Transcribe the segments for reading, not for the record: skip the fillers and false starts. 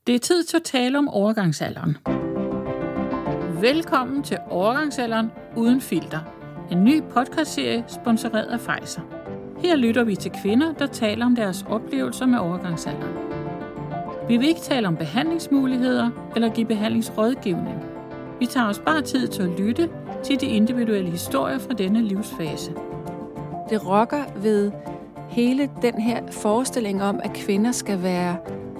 Det er tid til at tale om overgangsalderen. Velkommen til Overgangsalderen uden filter. En ny podcastserie sponsoreret af Pfizer. Her lytter vi til kvinder, der taler om deres oplevelser med overgangsalderen. Vi vil ikke tale om behandlingsmuligheder eller give behandlingsrådgivning. Vi tager os bare tid til at lytte til de individuelle historier fra denne livsfase. Det rokker ved hele den her forestilling om, at kvinder skal være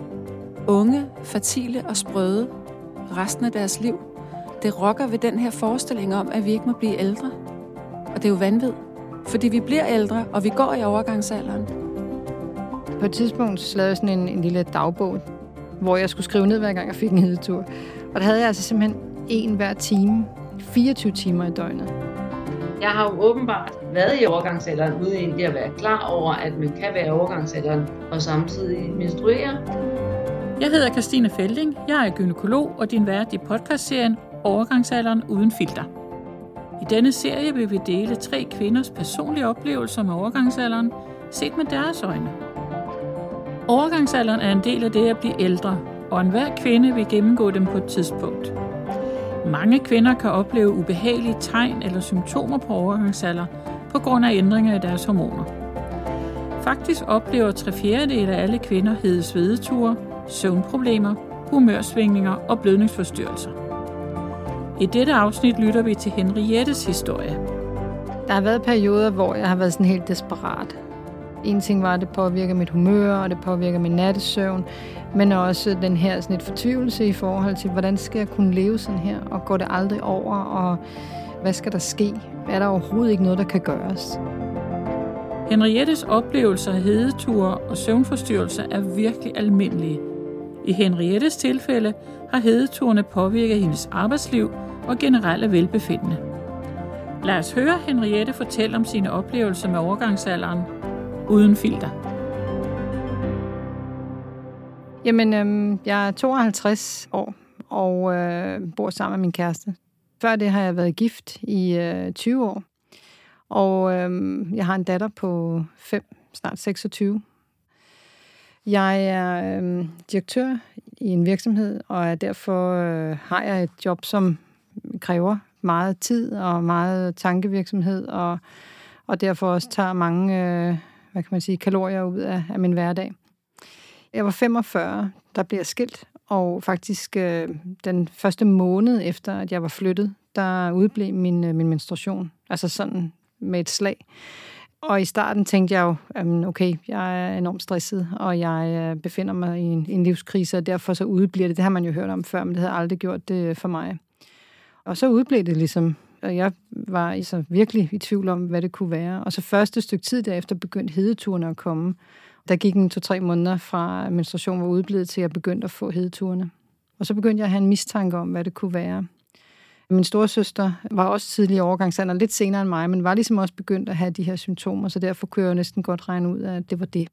unge, fertile og sprøde resten af deres liv. Det rokker ved den her forestilling om, at vi ikke må blive ældre. Og det er jo vanvid, fordi vi bliver ældre, og vi går i overgangsalderen. På et tidspunkt lavede jeg sådan en lille dagbog, hvor jeg skulle skrive ned, hver gang jeg fik en hedetur. Og der havde jeg altså simpelthen en hver time, 24 timer i døgnet. Jeg har jo åbenbart været i overgangsalderen, uden egentlig at være klar over, at man kan være i overgangsalderen og samtidig menstruere. Jeg hedder Christine Felding, jeg er gynækolog og din vært i podcastserien Overgangsalderen uden filter. I denne serie vil vi dele 3 kvinders personlige oplevelser med overgangsalderen, set med deres øjne. Overgangsalderen er en del af det at blive ældre, og enhver kvinde vil gennemgå dem på et tidspunkt. Mange kvinder kan opleve ubehagelige tegn eller symptomer på overgangsalder på grund af ændringer i deres hormoner. Faktisk oplever 3/4 af alle kvinder hede-svedeture, søvnproblemer, humørsvingninger og blødningsforstyrrelser. I dette afsnit lytter vi til Henriettes historie. Der har været perioder, hvor jeg har været sådan helt desperat. En ting var, at det påvirker mit humør, og det påvirker min nattesøvn, men også den her sådan et fortvivlelse i forhold til, hvordan skal jeg kunne leve sådan her, og går det aldrig over, og hvad skal der ske? Er der overhovedet ikke noget, der kan gøres? Henriettes oplevelser af hedeture og søvnforstyrrelser er virkelig almindelige. I Henriettes tilfælde har hedeturene påvirket hendes arbejdsliv og generelle velbefindende. Lad os høre Henriette fortælle om sine oplevelser med overgangsalderen uden filter. Jamen, jeg er 52 år og bor sammen med min kæreste. Før det har jeg været gift i 20 år. Og jeg har en datter på 5, snart 26. Jeg er direktør i en virksomhed, og derfor har jeg et job, som kræver meget tid og meget tankevirksomhed, og derfor også tager mange kalorier ud af min hverdag. Jeg var 45, der blev jeg skilt, og faktisk den første måned efter, at jeg var flyttet, der udblev min menstruation. Altså sådan med et slag. Og i starten tænkte jeg jo, okay, jeg er enormt stresset, og jeg befinder mig i en livskrise, og derfor så udbliver det. Det har man jo hørt om før, men det havde aldrig gjort det for mig. Og så udblev det ligesom, og jeg var så virkelig i tvivl om, hvad det kunne være. Og så første stykke tid derefter begyndte hedeturene at komme. Der gik 2-3 måneder fra menstruation var udblevet til, at jeg begyndte at få hedeturene. Og så begyndte jeg at have en mistanke om, hvad det kunne være. Min storesøster var også tidlig i overgangsalder, lidt senere end mig, men var ligesom også begyndt at have de her symptomer, så derfor kunne jeg jo næsten godt regne ud, at det var det.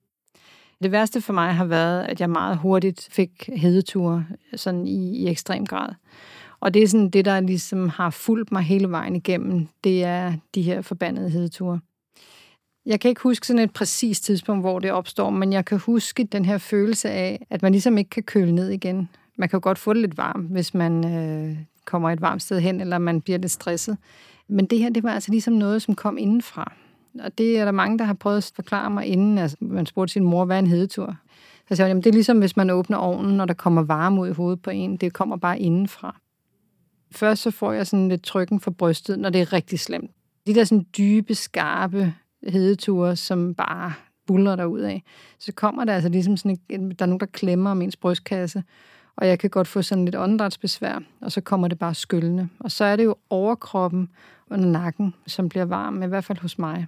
Det værste for mig har været, at jeg meget hurtigt fik hedeture sådan i ekstrem grad. Og det er sådan det, der ligesom har fulgt mig hele vejen igennem, det er de her forbandede hedeture. Jeg kan ikke huske sådan et præcist tidspunkt, hvor det opstår, men jeg kan huske den her følelse af, at man ligesom ikke kan køle ned igen. Man kan jo godt få det lidt varmt, hvis man kommer et varmt sted hen, eller man bliver lidt stresset. Men det her, det var altså ligesom noget, som kom indenfra. Og det er der mange, der har prøvet at forklare mig inden. Altså, man spurgte sin mor, hvad er en hedetur? Så sagde jeg, det er ligesom, hvis man åbner ovnen, når der kommer varme ud i hovedet på en. Det kommer bare indenfra. Først så får jeg sådan lidt trykken for brystet, når det er rigtig slemt. De der sådan dybe, skarpe hedeture, som bare buller derud af. Så kommer der altså ligesom sådan, der er nogen, der klemmer om ens brystkasse, og jeg kan godt få sådan lidt åndedrætsbesvær, og så kommer det bare skyllende. Og så er det jo overkroppen under nakken, som bliver varm, i hvert fald hos mig.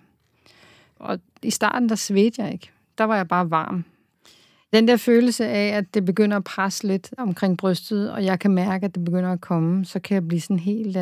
Og i starten, der svedte jeg ikke. Der var jeg bare varm. Den der følelse af, at det begynder at presse lidt omkring brystet, og jeg kan mærke, at det begynder at komme, så kan jeg blive sådan helt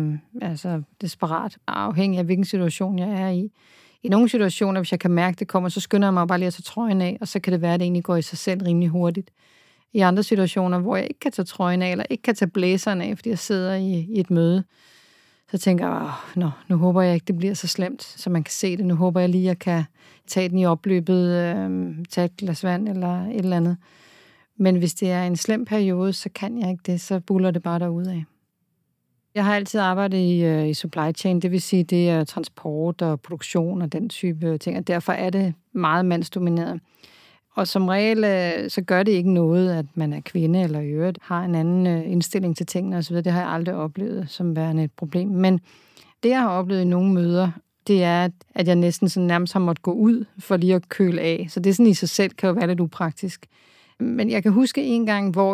desperat, afhængig af, hvilken situation jeg er i. I nogle situationer, hvis jeg kan mærke, at det kommer, så skynder jeg mig bare lige at tage trøjen af, og så kan det være, at det egentlig går i sig selv rimelig hurtigt. I andre situationer, hvor jeg ikke kan tage trøjen af, eller ikke kan tage blæseren af, fordi jeg sidder i et møde, så tænker jeg, nu håber jeg ikke, det bliver så slemt, så man kan se det. Nu håber jeg lige, at jeg kan tage den i opløbet, tage et glas vand eller et eller andet. Men hvis det er en slem periode, så kan jeg ikke det, så buller det bare derudad. Jeg har altid arbejdet i supply chain, det vil sige, det er transport og produktion og den type ting, og derfor er det meget mandsdomineret. Og som regel, så gør det ikke noget, at man er kvinde eller i øvrigt har en anden indstilling til tingene osv. Det har jeg aldrig oplevet som værende et problem. Men det, jeg har oplevet i nogle møder, det er, at jeg næsten sådan nærmest har måttet gå ud for lige at køle af. Så det sådan i sig selv kan jo være lidt upraktisk. Men jeg kan huske en gang, hvor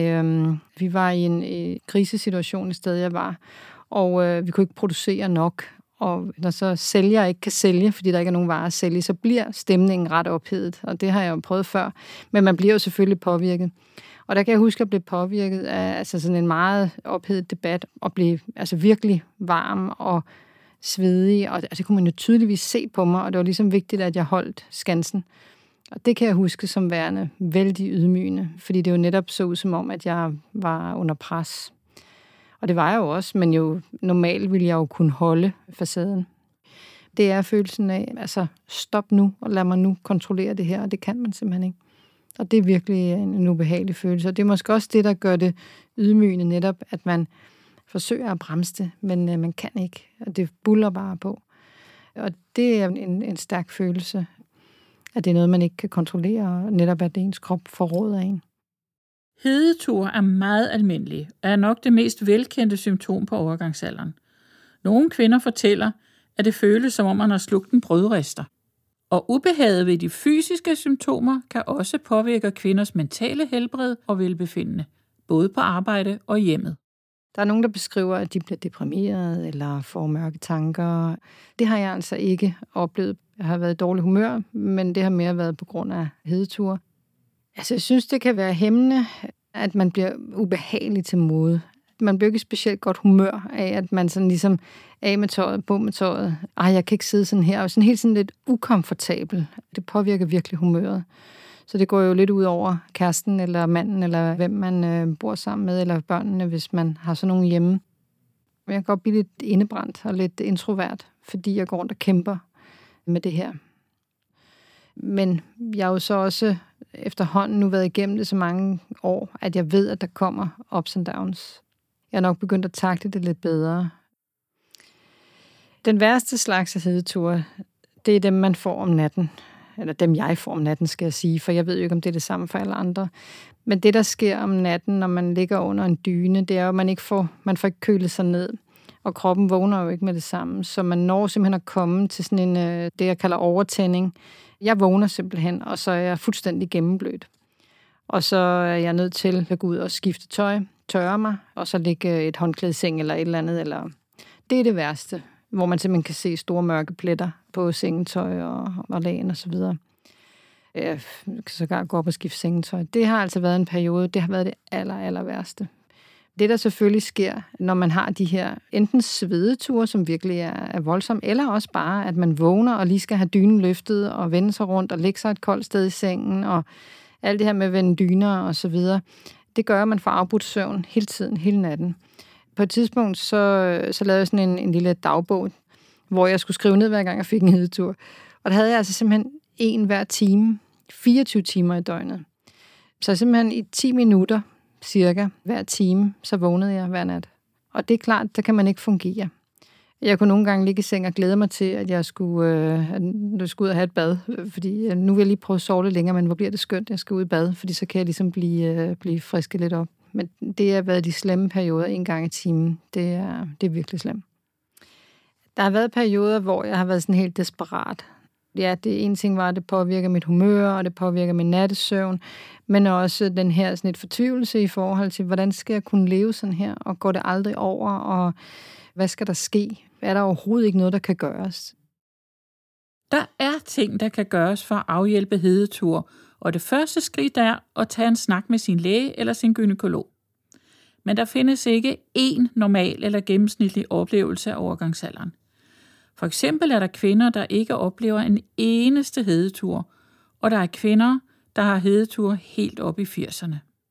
vi var i en krisesituation et sted, jeg var, og vi kunne ikke producere nok. Og når så sælger ikke kan sælge, fordi der ikke er nogen varer at sælge, så bliver stemningen ret ophedet. Og det har jeg jo prøvet før. Men man bliver jo selvfølgelig påvirket. Og der kan jeg huske at blive påvirket af altså sådan en meget ophedet debat, og blive altså virkelig varm og svedig. Og det kunne man jo tydeligvis se på mig, og det var ligesom vigtigt, at jeg holdt skansen. Og det kan jeg huske som værende vældig ydmygende, fordi det jo netop så ud som om, at jeg var under pres. Og det var jeg jo også, men jo normalt ville jeg jo kunne holde facaden. Det er følelsen af, altså stop nu, og lad mig nu kontrollere det her, og det kan man simpelthen ikke. Og det er virkelig en ubehagelig følelse, og det er måske også det, der gør det ydmygende netop, at man forsøger at bremse det, men man kan ikke, og det buller bare på. Og det er en stærk følelse, at det er noget, man ikke kan kontrollere, og netop at ens krop forråder en. Hedeture er meget almindelige og er nok det mest velkendte symptom på overgangsalderen. Nogle kvinder fortæller, at det føles som om man har slugt en brødrester. Og ubehaget ved de fysiske symptomer kan også påvirke kvinders mentale helbred og velbefindende, både på arbejde og hjemmet. Der er nogen, der beskriver, at de bliver deprimeret eller får mørke tanker. Det har jeg altså ikke oplevet. Jeg har været i dårlig humør, men det har mere været på grund af hedeture. Altså, jeg synes, det kan være hæmmende, at man bliver ubehagelig til mode. Man bliver ikke specielt godt humør af, at man sådan ligesom af med tøjet, på med tøjet. Jeg kan ikke sidde sådan her. Og sådan helt sådan lidt ukomfortabel. Det påvirker virkelig humøret. Så det går jo lidt ud over kæresten eller manden, eller hvem man bor sammen med, eller børnene, hvis man har sådan nogen hjemme. Jeg kan godt blive lidt indebrændt og lidt introvert, fordi jeg går rundt og kæmper med det her. Men jeg har jo så også efterhånden nu været igennem det så mange år, at jeg ved, at der kommer ups and downs. Jeg er nok begyndt at takle det lidt bedre. Den værste slags af hedeture, det er dem, man får om natten. Eller dem, jeg får om natten, skal jeg sige, for jeg ved jo ikke, om det er det samme for alle andre. Men det, der sker om natten, når man ligger under en dyne, det er jo, at man får ikke kølet sig ned. Og kroppen vågner jo ikke med det samme. Så man når simpelthen at komme til sådan en, det jeg kalder overtænding. Jeg vågner simpelthen, og så er jeg fuldstændig gennemblødt. Og så er jeg nødt til at gå ud og skifte tøj, tørre mig, og så lægge et håndklæde i seng eller et eller andet. Det er det værste, hvor man simpelthen kan se store mørke pletter på sengetøj og lagen og så videre. Jeg kan sågar gå op og skifte sengetøj. Det har altså været en periode, det har været det aller værste. Det, der selvfølgelig sker, når man har de her enten svedeture, som virkelig er voldsomme, eller også bare, at man vågner og lige skal have dynen løftet og vende sig rundt og lægge sig et koldt sted i sengen, og alt det her med at vende dyner og så videre. Det gør, at man får afbrudt søvn hele tiden, hele natten. På et tidspunkt, så lavede jeg sådan en lille dagbog, hvor jeg skulle skrive ned, hver gang jeg fik en hedetur. Og der havde jeg altså simpelthen en hver time, 24 timer i døgnet. Så simpelthen i 10 minutter, cirka hver time, så vågnede jeg hver nat. Og det er klart, der kan man ikke fungere. Jeg kunne nogle gange ligge i seng og glæde mig til, at jeg skulle ud og have et bad, fordi nu vil jeg lige prøve at sove lidt længere, men hvor bliver det skønt, jeg skal ud i bad, fordi så kan jeg ligesom blive frisket lidt op. Men det har været de slemme perioder en gang i timen. Det er virkelig slemt. Der har været perioder, hvor jeg har været sådan helt desperat. Ja, det ene ting var, at det påvirker mit humør, og det påvirker min nattesøvn, men også den her sådan et fortvivlelse i forhold til, hvordan skal jeg kunne leve sådan her, og går det aldrig over, og hvad skal der ske? Er der overhovedet ikke noget, der kan gøres? Der er ting, der kan gøres for at afhjælpe hedetur, og det første skridt er at tage en snak med sin læge eller sin gynækolog. Men der findes ikke én normal eller gennemsnitlig oplevelse af overgangsalderen. For eksempel er der kvinder, der ikke oplever en eneste hedetur, og der er kvinder, der har hedetur helt op i 80'erne.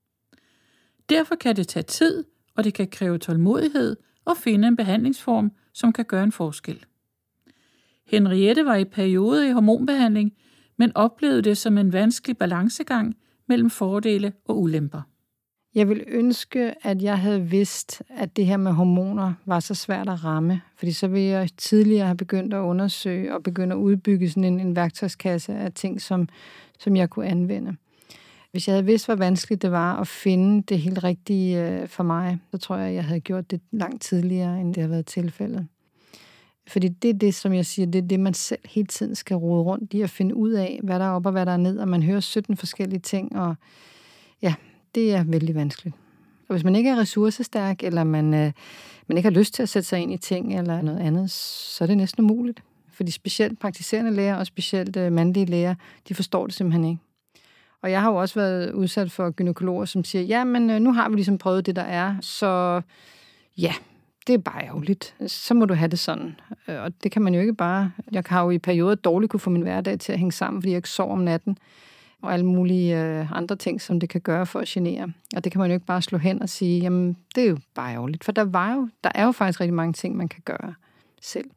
Derfor kan det tage tid, og det kan kræve tålmodighed at finde en behandlingsform, som kan gøre en forskel. Henriette var i periode i hormonbehandling, men oplevede det som en vanskelig balancegang mellem fordele og ulemper. Jeg vil ønske, at jeg havde vidst, at det her med hormoner var så svært at ramme, fordi så ville jeg tidligere have begyndt at undersøge og begynde at udbygge sådan en værktøjskasse af ting, som jeg kunne anvende. Hvis jeg havde vidst, hvor vanskeligt det var at finde det helt rigtige for mig, så tror jeg, at jeg havde gjort det langt tidligere, end det har været tilfældet. Fordi det er det, som jeg siger, det er det, man selv hele tiden skal rode rundt i at finde ud af, hvad der er op og hvad der er ned, og man hører 17 forskellige ting, og ja, det er vældig vanskeligt. Og hvis man ikke er ressourcestærk, eller man ikke har lyst til at sætte sig ind i ting eller noget andet, så er det næsten umuligt. Fordi specielt praktiserende læger og specielt mandlige læger, de forstår det simpelthen ikke. Og jeg har jo også været udsat for gynækologer, som siger, ja, men nu har vi ligesom prøvet det, der er, så ja, det er bare ærgerligt. Så må du have det sådan. Og det kan man jo ikke bare. Jeg har jo i perioder dårligt kunne få min hverdag til at hænge sammen, fordi jeg ikke sover om natten, og alle mulige andre ting, som det kan gøre for at genere. Og det kan man jo ikke bare slå hen og sige, jamen, det er jo bare ærgerligt. For der er jo faktisk rigtig mange ting, man kan gøre selv.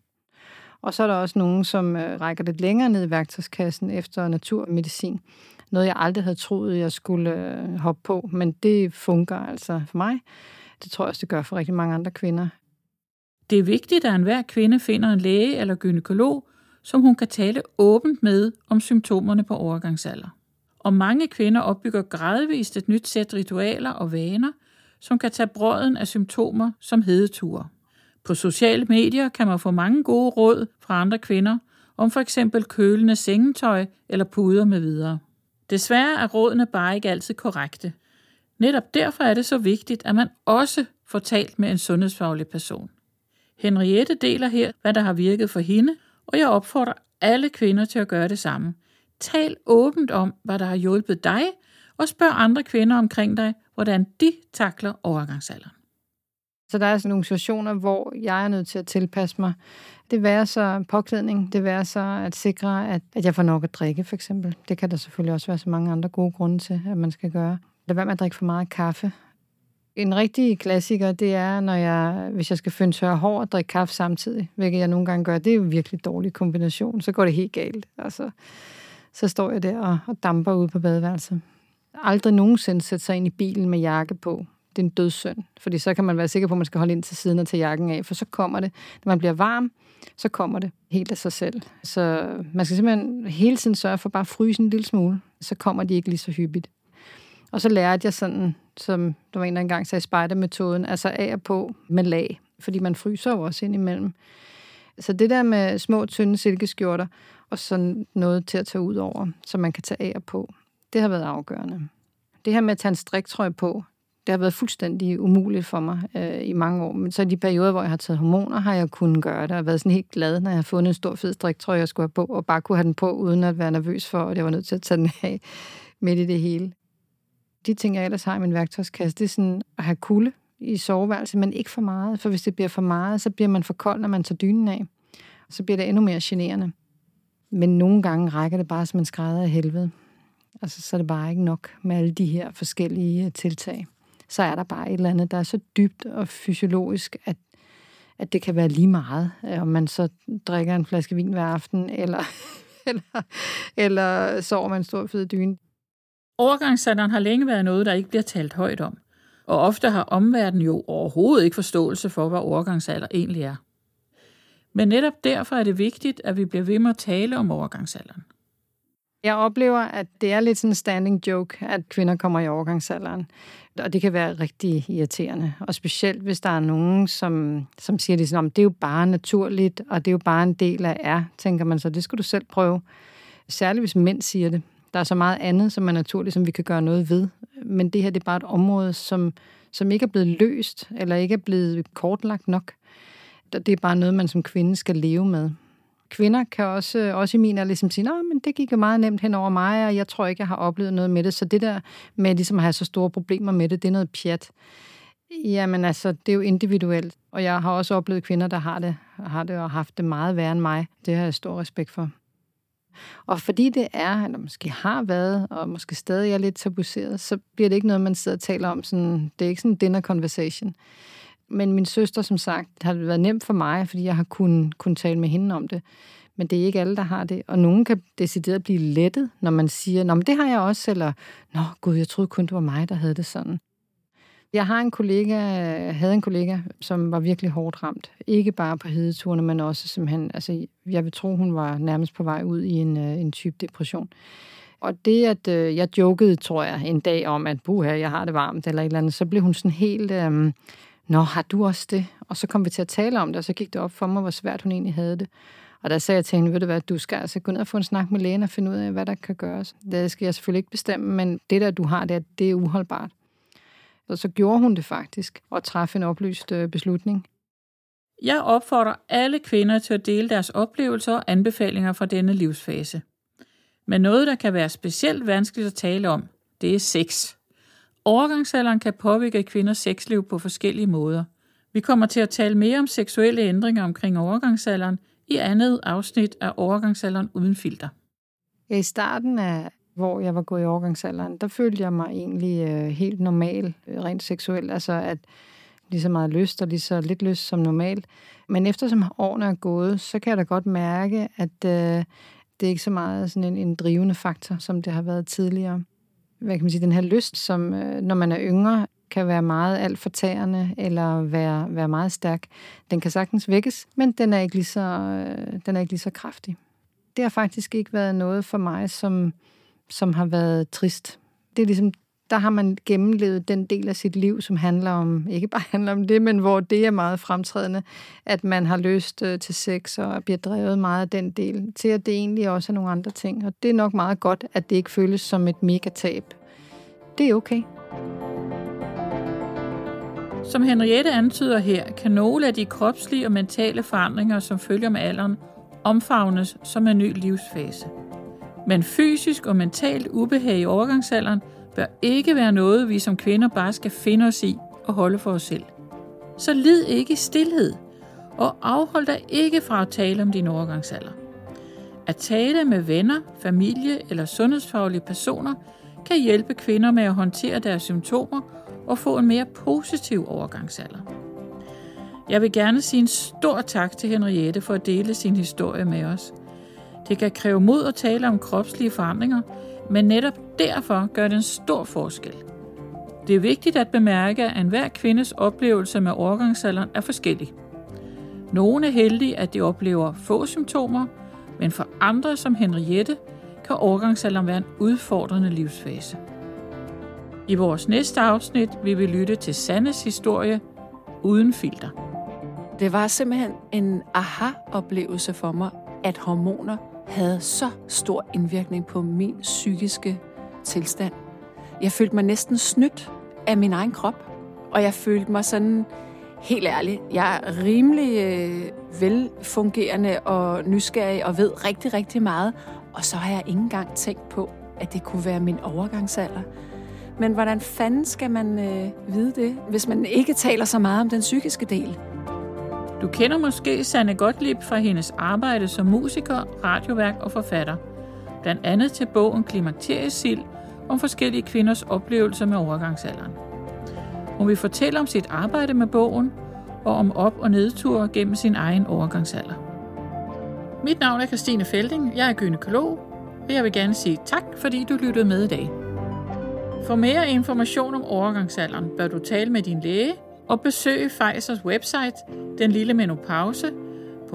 Og så er der også nogen, som rækker lidt længere ned i værktøjskassen efter naturmedicin. Noget, jeg aldrig havde troet, jeg skulle hoppe på, men det fungerer altså for mig. Det tror jeg også, det gør for rigtig mange andre kvinder. Det er vigtigt, at enhver kvinde finder en læge eller gynækolog, som hun kan tale åbent med om symptomerne på overgangsalder. Og mange kvinder opbygger gradvist et nyt sæt ritualer og vaner, som kan tage brodden af symptomer som hedeture. På sociale medier kan man få mange gode råd fra andre kvinder om for eksempel kølende sengetøj eller puder med videre. Desværre er rådene bare ikke altid korrekte. Netop derfor er det så vigtigt, at man også får talt med en sundhedsfaglig person. Henriette deler her, hvad der har virket for hende, og jeg opfordrer alle kvinder til at gøre det samme. Tal åbent om, hvad der har hjulpet dig, og spørg andre kvinder omkring dig, hvordan de takler overgangsalderen. Så der er sådan nogle situationer, hvor jeg er nødt til at tilpasse mig. Det værer så påklædning, det værer så at sikre, at jeg får nok at drikke, for eksempel. Det kan der selvfølgelig også være så mange andre gode grunde til, at man skal gøre. Lad være med at drikke for meget kaffe. En rigtig klassiker, det er, hvis jeg skal finde tørre hår og drikke kaffe samtidig, hvilket jeg nogle gange gør. Det er jo en virkelig dårlig kombination. Så går det helt galt. Altså, så står jeg der og damper ude på badeværelset. Aldrig nogensinde sætte sig ind i bilen med jakke på. Det er en dødssynd, fordi så kan man være sikker på, at man skal holde ind til siden og tage jakken af, for så kommer det. Når man bliver varm, så kommer det helt af sig selv. Så man skal simpelthen hele tiden sørge for bare at fryse en lille smule, så kommer de ikke lige så hyppigt. Og så lærte jeg sådan, som der var en, der engang sagde spejdermetoden, altså af og på med lag, fordi man fryser jo også indimellem. Så det der med små, tynde silkeskjorter, og sådan noget til at tage ud over, så man kan tage af og på, det har været afgørende. Det her med at tage en striktrøje på, det har været fuldstændig umuligt for mig i mange år. Men så i de perioder, hvor jeg har taget hormoner, har jeg kunnet gøre det. Jeg har været sådan helt glad, når jeg har fundet en stor fed striktrøje, jeg skulle have på, og bare kunne have den på, uden at være nervøs for, at jeg var nødt til at tage den af midt i det hele. De ting, jeg ellers har i min værktøjskasse, det er sådan at have kulde i soveværelset, men ikke for meget. For hvis det bliver for meget, så bliver man for kold, når man tager dynen af. Og så bliver det endnu mere generende. Men nogle gange rækker det bare som en skrædder af helvede. Altså, så er det bare ikke nok med alle de her forskellige tiltag. Så er der bare et eller andet, der er så dybt og fysiologisk, at det kan være lige meget, om man så drikker en flaske vin hver aften, eller sover med en stor fed dyne. Overgangsalderen har længe været noget, der ikke bliver talt højt om, og ofte har omverdenen jo overhovedet ikke forståelse for, hvad overgangsalder egentlig er. Men netop derfor er det vigtigt, at vi bliver ved med at tale om overgangsalderen. Jeg oplever, at det er lidt sådan en standing joke, at kvinder kommer i overgangsalderen. Og det kan være rigtig irriterende. Og specielt, hvis der er nogen, som siger, det er jo bare naturligt, og det er jo bare en del af tænker man så, det skal du selv prøve. Særligt hvis mænd siger det. Der er så meget andet, som er naturligt, som vi kan gøre noget ved. Men det her, det er bare et område, som ikke er blevet løst, eller ikke er blevet kortlagt nok. Det er bare noget, man som kvinde skal leve med. Kvinder kan også i min alder ligesom sige, men det gik jo meget nemt hen over mig, og jeg tror ikke, jeg har oplevet noget med det. Så det der med ligesom at have så store problemer med det, det er noget pjat. Jamen altså, det er jo individuelt. Og jeg har også oplevet kvinder, der har det og haft det meget værre end mig. Det har jeg stor respekt for. Og fordi det er, eller måske har været, og måske stadig er lidt tabuiseret, så bliver det ikke noget, man sidder og taler om. Sådan, det er ikke sådan en dinner conversation. Men min søster, som sagt, har det været nemt for mig, fordi jeg har kunnet tale med hende om det. Men det er ikke alle, der har det. Og nogen kan decideret blive lettet, når man siger, nå, men det har jeg også, eller nå, gud, jeg troede kun, det var mig, der havde det sådan. Jeg havde en kollega, som var virkelig hårdt ramt. Ikke bare på hedeturene, men også simpelthen, altså, jeg vil tro, hun var nærmest på vej ud i en type depression. Og det, at jeg jokede, tror jeg, en dag om, at jeg har det varmt, eller et eller andet, så blev hun sådan helt, nå, har du også det? Og så kom vi til at tale om det, og så gik det op for mig, hvor svært hun egentlig havde det. Og der sagde jeg til hende, ved du hvad, du skal altså gå ned og få en snak med lægen og finde ud af, hvad der kan gøres. Det skal jeg selvfølgelig ikke bestemme, men det der, du har, det er uholdbart. Og så gjorde hun det faktisk, og træffe en oplyst beslutning. Jeg opfordrer alle kvinder til at dele deres oplevelser og anbefalinger fra denne livsfase. Men noget, der kan være specielt vanskeligt at tale om, det er sex. Overgangsalderen kan påvirke kvinders sexliv på forskellige måder. Vi kommer til at tale mere om seksuelle ændringer omkring overgangsalderen i andet afsnit af Overgangsalderen uden filter. Ja, i starten af, hvor jeg var gået i overgangsalderen, der følte jeg mig egentlig helt normal, rent seksuelt. Altså at lige så meget lyst og lige så lidt lyst som normalt. Men eftersom årene er gået, så kan jeg da godt mærke, at det er ikke så meget sådan en drivende faktor, som det har været tidligere. Hvad kan man sige, den her lyst, som når man er yngre, kan være meget alt fortærende eller være meget stærk. Den kan sagtens vækkes, men den er ikke lige så kraftig. Det har faktisk ikke været noget for mig, som har været trist. Det er ligesom, der har man gennemlevet den del af sit liv, som handler om, ikke bare handler om det, men hvor det er meget fremtrædende, at man har lyst til sex og bliver drevet meget af den del, til at det egentlig også er nogle andre ting. Og det er nok meget godt, at det ikke føles som et megatab. Det er okay. Som Henriette antyder her, kan nogle af de kropslige og mentale forandringer, som følger med alderen, omfavnes som en ny livsfase. Men fysisk og mentalt ubehag i overgangsalderen bør ikke være noget, vi som kvinder bare skal finde os i og holde for os selv. Så lid ikke i stilhed, og afhold dig ikke fra at tale om din overgangsalder. At tale med venner, familie eller sundhedsfaglige personer kan hjælpe kvinder med at håndtere deres symptomer og få en mere positiv overgangsalder. Jeg vil gerne sige en stor tak til Henriette for at dele sin historie med os. Det kan kræve mod at tale om kropslige forandringer, men netop derfor gør det en stor forskel. Det er vigtigt at bemærke, at enhver kvindes oplevelse med overgangsalderen er forskellig. Nogle er heldige, at de oplever få symptomer, men for andre som Henriette kan overgangsalderen være en udfordrende livsfase. I vores næste afsnit vil vi lytte til Sannes historie uden filter. Det var simpelthen en aha-oplevelse for mig, at hormoner havde så stor indvirkning på min psykiske tilstand. Jeg følte mig næsten snydt af min egen krop, og jeg følte mig sådan, helt ærligt, jeg er rimelig velfungerende og nysgerrig og ved rigtig, rigtig meget, og så har jeg ikke engang tænkt på, at det kunne være min overgangsalder. Men hvordan fanden skal man vide det, hvis man ikke taler så meget om den psykiske del? Du kender måske Sanne Gottlieb fra hendes arbejde som musiker, radiovært og forfatter. Blandt andet til bogen Klimakteriesild om forskellige kvinders oplevelser med overgangsalderen. Hun vil fortælle om sit arbejde med bogen og om op- og nedture gennem sin egen overgangsalder. Mit navn er Christine Felding, jeg er gynækolog, og jeg vil gerne sige tak, fordi du lyttede med i dag. For mere information om overgangsalderen bør du tale med din læge og besøge Pfizers website, Den Lille Menopause, på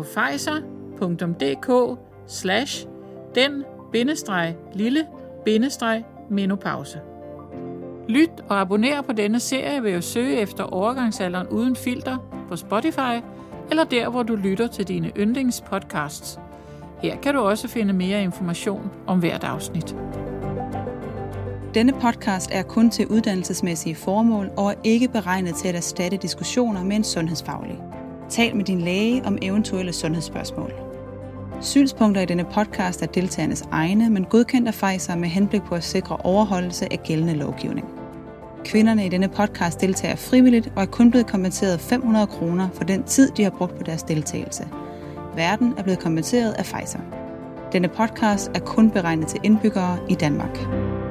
pfizer.dk/den-lille-menopause. Lyt og abonner på denne serie ved at søge efter Overgangsalderen uden filter på Spotify eller der, hvor du lytter til dine yndlingspodcasts. Her kan du også finde mere information om hvert afsnit. Denne podcast er kun til uddannelsesmæssige formål og er ikke beregnet til at erstatte diskussioner med en sundhedsfaglig. Tal med din læge om eventuelle sundhedsspørgsmål. Synspunkter i denne podcast er deltagernes egne, men godkendt af Pfizer med henblik på at sikre overholdelse af gældende lovgivning. Kvinderne i denne podcast deltager frivilligt og er kun blevet kompenseret 500 kroner for den tid, de har brugt på deres deltagelse. Værten er blevet kompenseret af Pfizer. Denne podcast er kun beregnet til indbyggere i Danmark.